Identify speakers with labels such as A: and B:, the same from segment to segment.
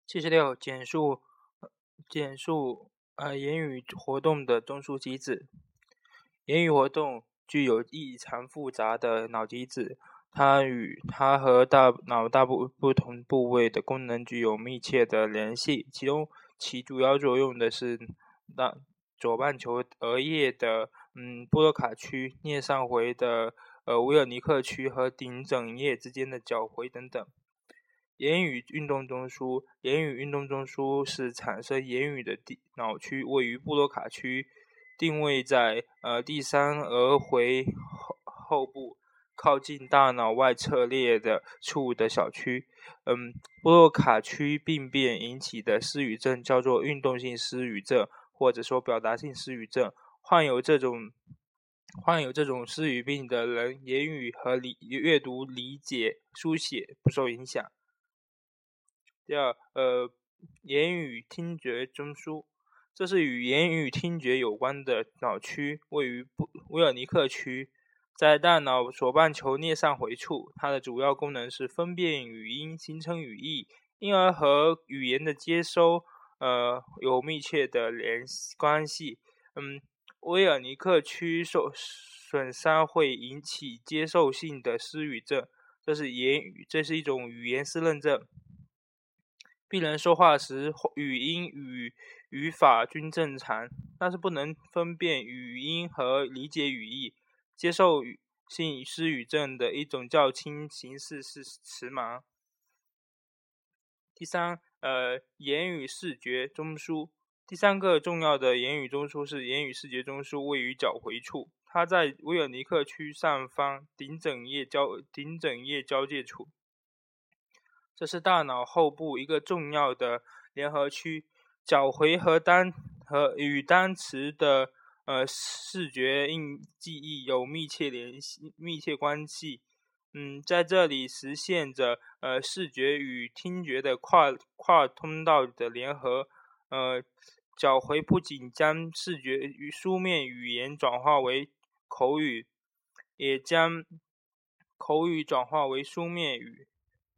A: 76简述言语活动的中枢机制。言语活动具有异常复杂的脑机制，它和大脑不同部位的功能具有密切的联系，其中起主要作用的是左半球额叶的波罗卡区、颞上回的维尔尼克区和顶枕叶之间的角回等等。言语运动中枢。言语运动中枢是产生言语的脑区，位于布洛卡区，定位在第三额回后部，靠近大脑外侧裂的处的小区。布洛卡区病变引起的失语症叫做运动性失语症，或者说表达性失语症。患有这种失语病的人，言语和阅读、理解、书写不受影响。第二，言语听觉中枢，这是与言语听觉有关的脑区，位于维尔尼克区，在大脑左半球颞上回处。它的主要功能是分辨语音，形成语义，因而和语言的接收有密切的关系。维尔尼克区损伤会引起接受性的失语症，这是一种语言失认症。病人说话时，语音与语法均正常，但是不能分辨语音和理解语义。接受性失语症的一种较轻形式是词盲。第三，言语视觉中枢。第三个重要的言语中枢是言语视觉中枢，位于角回处，它在维尔尼克区上方顶枕叶交界处。这是大脑后部一个重要的联合区，角回与单词的视觉记忆有密切关系。在这里实现着视觉与听觉的跨通道的联合。角回不仅将视觉与书面语言转化为口语，也将口语转化为书面语。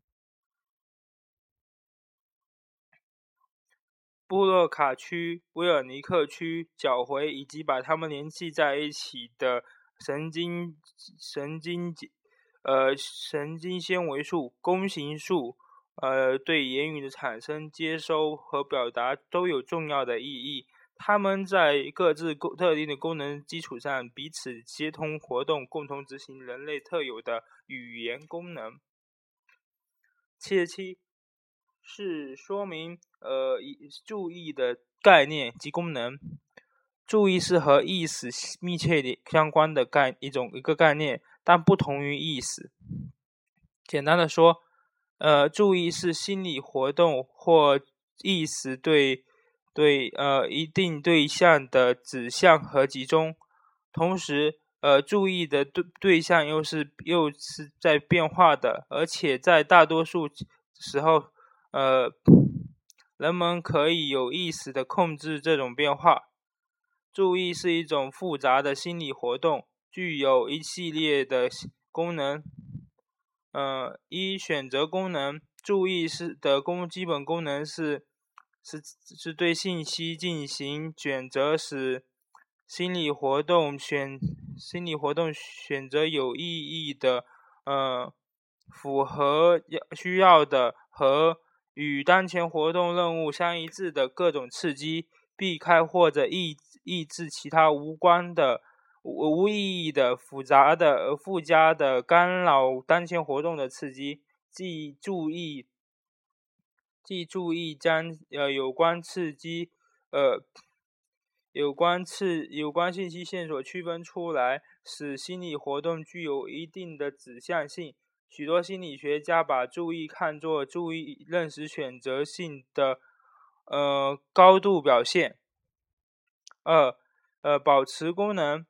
A: 布洛卡区、维尔尼克区、角回以及把它们联系在一起的神经纤维素、弓形素，对言语的产生、接收和表达都有重要的意义。它们在各自特定的功能基础上彼此协同活动，共同执行人类特有的语言功能。77是说明注意的概念及功能。注意是和意识密切相关的一个概念，但不同于意识。简单的说，注意是心理活动或意识对一定对象的指向和集中。同时注意的对象又是在变化的，而且在大多数时候人们可以有意识地控制这种变化。注意是一种复杂的心理活动，具有一系列的功能。选择功能。注意的基本功能是对信息进行选择，使心理活动选择有意义的符合需要的和与当前活动任务相一致的各种刺激，避开或者抑制其他无意义的复加的干扰当前活动的刺激。即注意将有关信息线索区分出来，使心理活动具有一定的指向性。许多心理学家把注意看作注意认识选择性的高度表现。保持功能。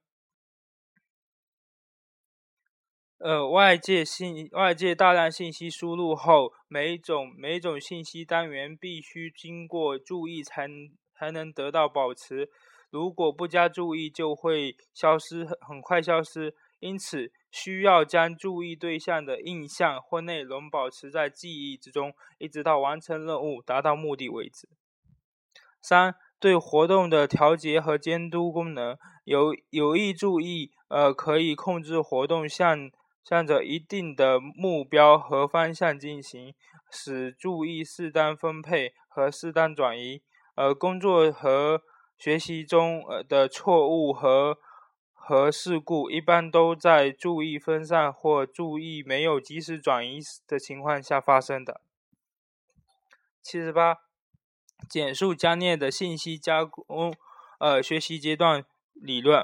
A: 外界大量信息输入后，每种信息单元必须经过注意才能得到保持，如果不加注意就会很快消失。因此需要将注意对象的印象或内容保持在记忆之中，一直到完成任务、达到目的为止。3. 对活动的调节和监督功能，有意注意可以控制活动向着一定的目标和方向进行，使注意适当分配和适当转移。工作和学习中的错误和事故一般都在注意分散或注意没有及时转移的情况下发生的。78. 简述加涅的信息加工学习阶段理论。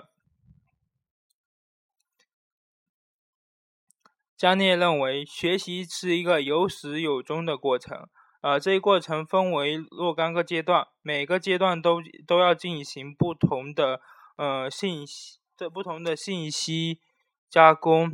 A: 加涅认为，学习是一个有始有终的过程。这一过程分为若干个阶段，每个阶段都要进行不同的信息加工。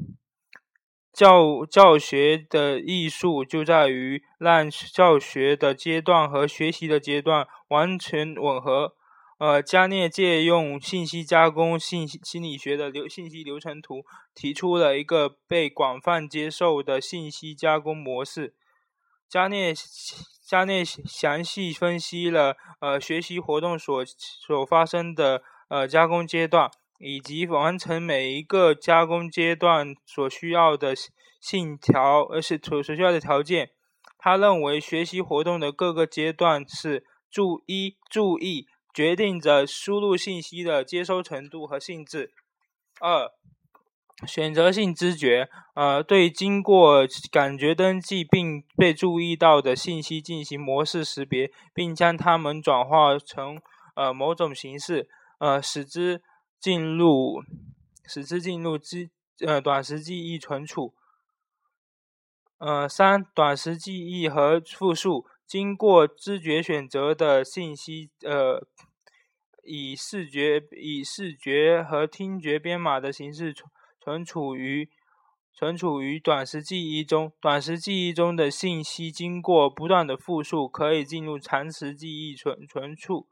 A: 教学的艺术就在于让教学的阶段和学习的阶段完全吻合。加涅借用信息加工心理学的信息流程图，提出了一个被广泛接受的信息加工模式。加涅详细分析了学习活动所发生的加工阶段，以及完成每一个加工阶段所需要的条件。他认为学习活动的各个阶段是注意决定着输入信息的接收程度和性质。2. 选择性知觉，对经过感觉登记并被注意到的信息进行模式识别，并将它们转化成某种形式，使之进入短时记忆存储。3. 短时记忆和复述，经过知觉选择的信息以视觉和听觉编码的形式存储于短时记忆中。短时记忆中的信息经过不断的复述，可以进入长时记忆存储。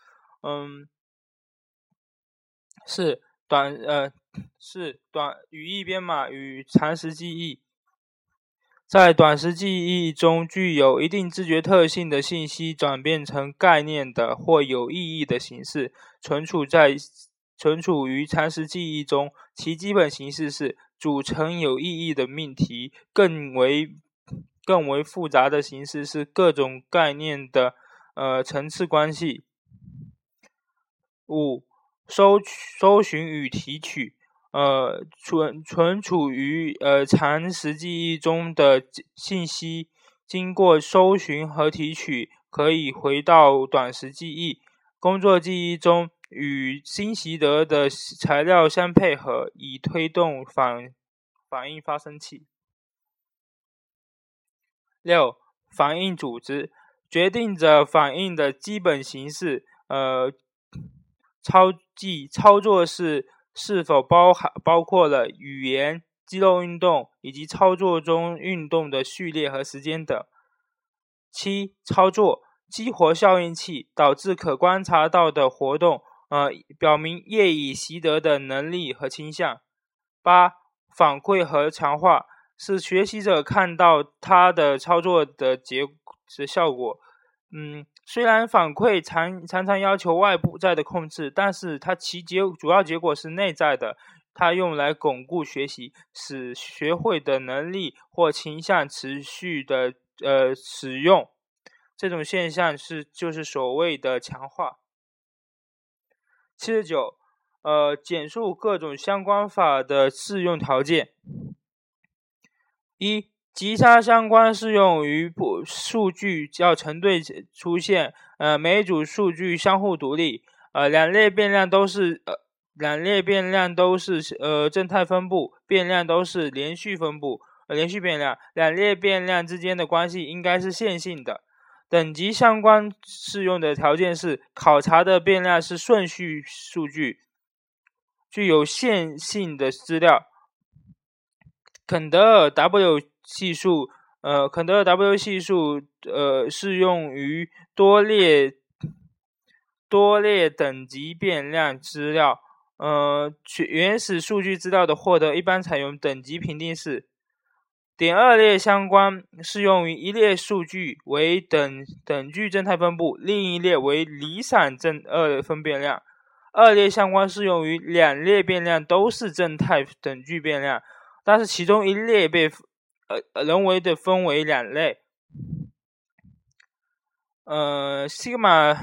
A: 语义编码与长时记忆。在短时记忆中，具有一定知觉特性的信息转变成概念的或有意义的形式，存储于长时记忆中。其基本形式是组成有意义的命题，更为复杂的形式是各种概念的层次关系。5. 搜寻与提取，存储于长时记忆中的信息，经过搜寻和提取，可以回到短时记忆、工作记忆中，与新习得的材料相配合，以推动反应发生器。6. 反应组织，决定着反应的基本形式。操作是否包括了语言、肌肉运动以及操作中运动的序列和时间等。7. 操作，激活效应器，导致可观察到的活动，表明业已习得的能力和倾向。8. 反馈和强化，使学习者看到他的操作的效果。虽然反馈常常要求外部在的控制，但是其主要结果是内在的。它用来巩固学习，使学会的能力或倾向持续的使用。这种现象就是所谓的强化。79. 简述各种相关法的适用条件。1. 极差相关适用于数据要成对出现，每组数据相互独立，两列变量都是正态分布，变量都是连续变量，两列变量之间的关系应该是线性的。等级相关适用的条件是考察的变量是顺序数据，具有线性的资料。肯德尔 W 系数适用于多列等级变量资料， 原始数据资料的获得一般采用等级评定式。点2列相关适用于一列数据为等距正态分布，另一列为离散二分变量。2列相关适用于2列变量都是正态等距变量，但是其中一列被人为的分为2类。sigma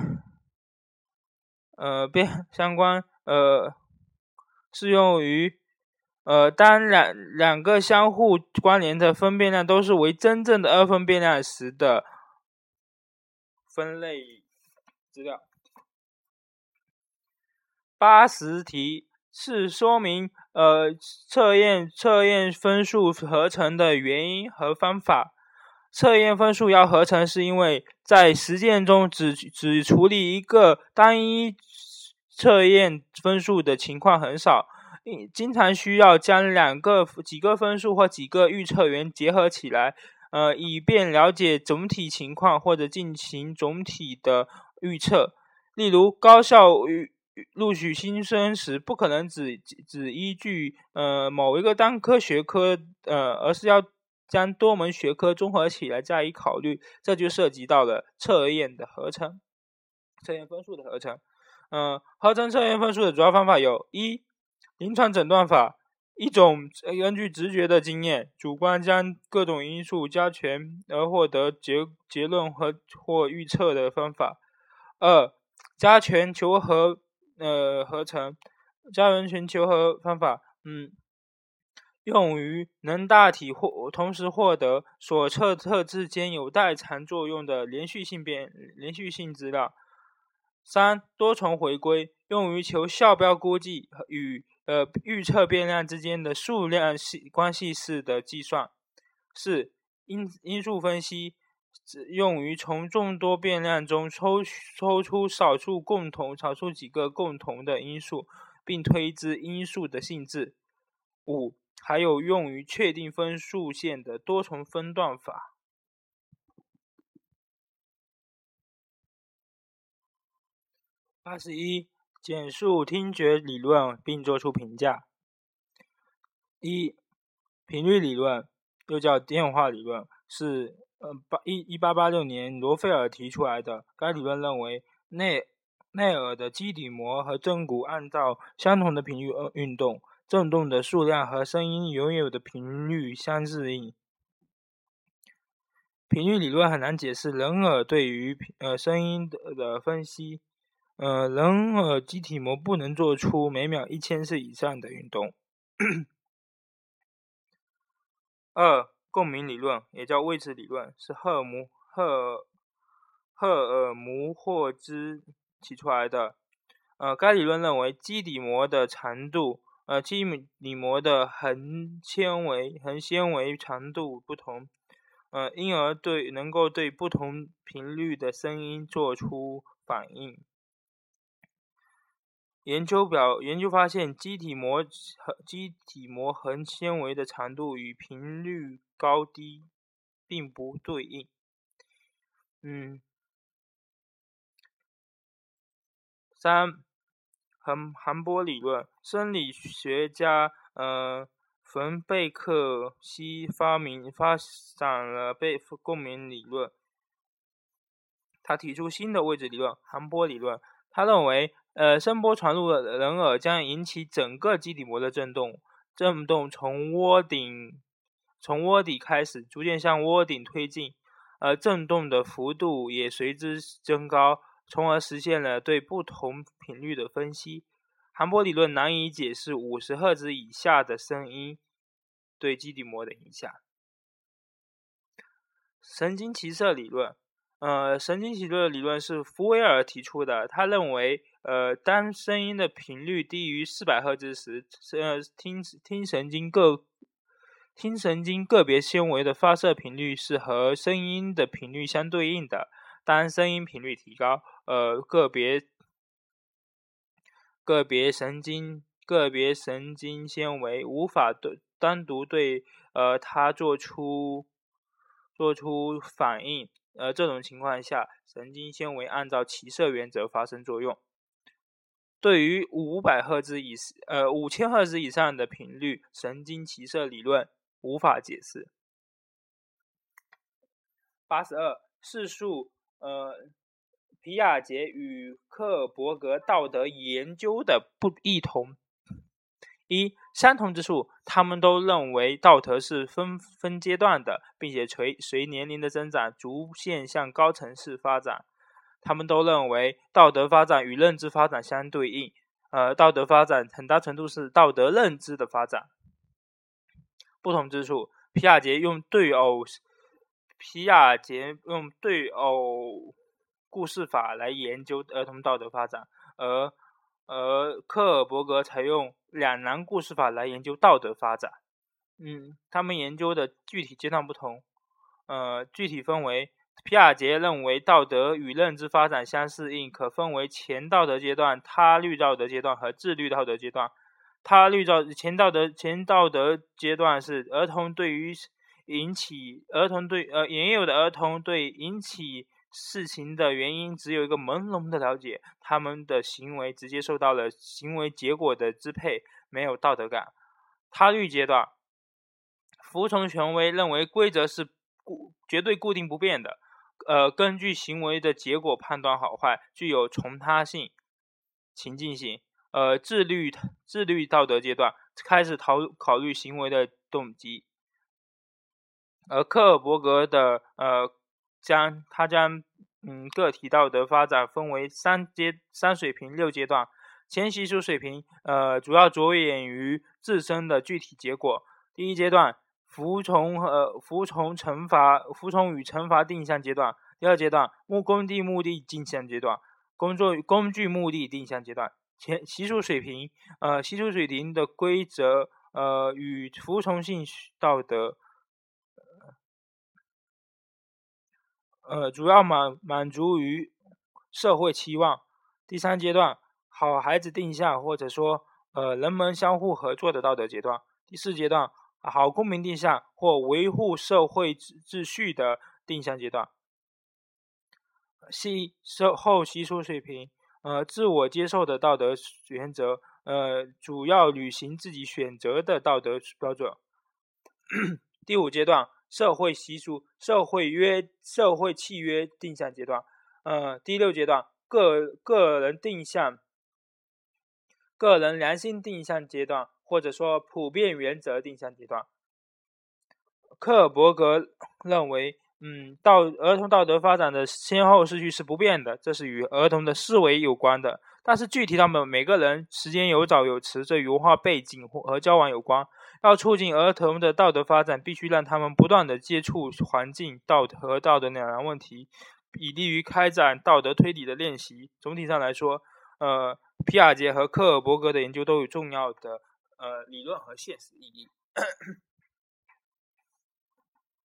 A: 相关适用于当两个相互关联的分变量都是为真正的二分变量时的分类资料。80题是说明测验分数合成的原因和方法。测验分数要合成是因为在实践中只处理一个单一测验分数的情况很少，经常需要将几个分数或几个预测源结合起来，以便了解总体情况或者进行总体的预测。例如，高校录取新生时不可能只依据某一个单科学科而是要将多门学科综合起来加以考虑，这就涉及到了测验的合成，测验分数的合成。合成测验分数的主要方法有：一、临床诊断法，一种根据直觉的经验，主观将各种因素加权而获得结论或预测的方法。2、加权求和合成，加权求和方法，用于能大体同时获得所测特质间有代偿作用的连续性资料。3、多重回归，用于求校标估计与预测变量之间的数量关系式的计算。4、因数分析，用于从众多变量中抽出少数几个共同的因素，并推知因数的性质。5、还有用于确定分数线的多重分段法。81、简述听觉理论并作出评价。1、频率理论又叫电话理论，是1886年罗菲尔提出来的。该理论认为内耳的基底膜和振骨按照相同的频率运动，振动的数量和声音拥有的频率相日应。频率理论很难解释人耳对于声音的分析。人耳基底膜不能做出每秒1000次以上的运动。2、共鸣理论也叫位置理论，是赫尔姆霍兹提出来的。该理论认为基底膜的长度基底膜的横纤维长度不同，因而能够对不同频率的声音做出反应。研究发现，基底膜横纤维的长度与频率高低并不对应。3、韩波理论，生理学家冯贝克西发展了共鸣理论。他提出新的位置理论韩波理论。他认为声波传入人耳将引起整个基底膜的振动从窝底开始，逐渐向窝顶推进，振动的幅度也随之增高，从而实现了对不同频率的分析。韩波理论难以解释50赫兹以下的声音对基底膜的影响。神经骑射理论，神经骑射理论是福维尔提出的。他认为，当声音的频率低于400赫兹时，听神经个别纤维的发射频率是和声音的频率相对应的。当声音频率提高，个别神经纤维无法单独对它做出反应，这种情况下，神经纤维按照骑射原则发生作用。 对于5000赫兹以上的频率神经骑射理论无法解释。82. 试述皮亚杰与克伯格道德研究的不异同。一、相同之处，他们都认为道德是分阶段的，并且随年龄的增长逐渐向高层次发展。他们都认为道德发展与认知发展相对应，道德发展很大程度是道德认知的发展。不同之处，皮亚杰用对偶故事法来研究儿童道德发展，而克尔伯格采用两难故事法来研究道德发展。他们研究的具体阶段不同，具体分为皮亚杰认为道德与认知发展相适应，可分为前道德阶段、他律道德阶段和自律道德阶段。前道德阶段是儿童对于年幼的儿童对引起事情的原因只有一个朦胧的了解，他们的行为直接受到了行为结果的支配，没有道德感。他律阶段，服从权威，认为规则是绝对固定不变的，根据行为的结果判断好坏，具有从他性、情境性。自律道德阶段开始考虑行为的动机。而克尔伯格的将个体道德发展分为3水平6阶段。前习俗水平主要着眼于自身的具体结果。第一阶段服从与惩罚定向阶段。第二阶段工具目的定向阶段。工具目的定向阶段。习俗水平的规则与服从性道德主要满足于社会期望。第三阶段好孩子定向，或者说人们相互合作的道德阶段。第四阶段好公民定向或维护社会秩序的定向阶段。后习俗水平自我接受的道德原则，主要履行自己选择的道德标准。第五阶段社会契约定向阶段。第六阶段个人良心定向阶段，或者说普遍原则定向阶段。克尔伯格认为儿童道德发展的先后顺序是不变的，这是与儿童的思维有关的，但是具体到每个人时间有早有迟，这与文化背景和交往有关。要促进儿童的道德发展，必须让他们不断的接触环境和道德两难问题，以利于开展道德推理的练习。总体上来说，皮亚杰和克尔伯格的研究都有重要的理论和现实意义。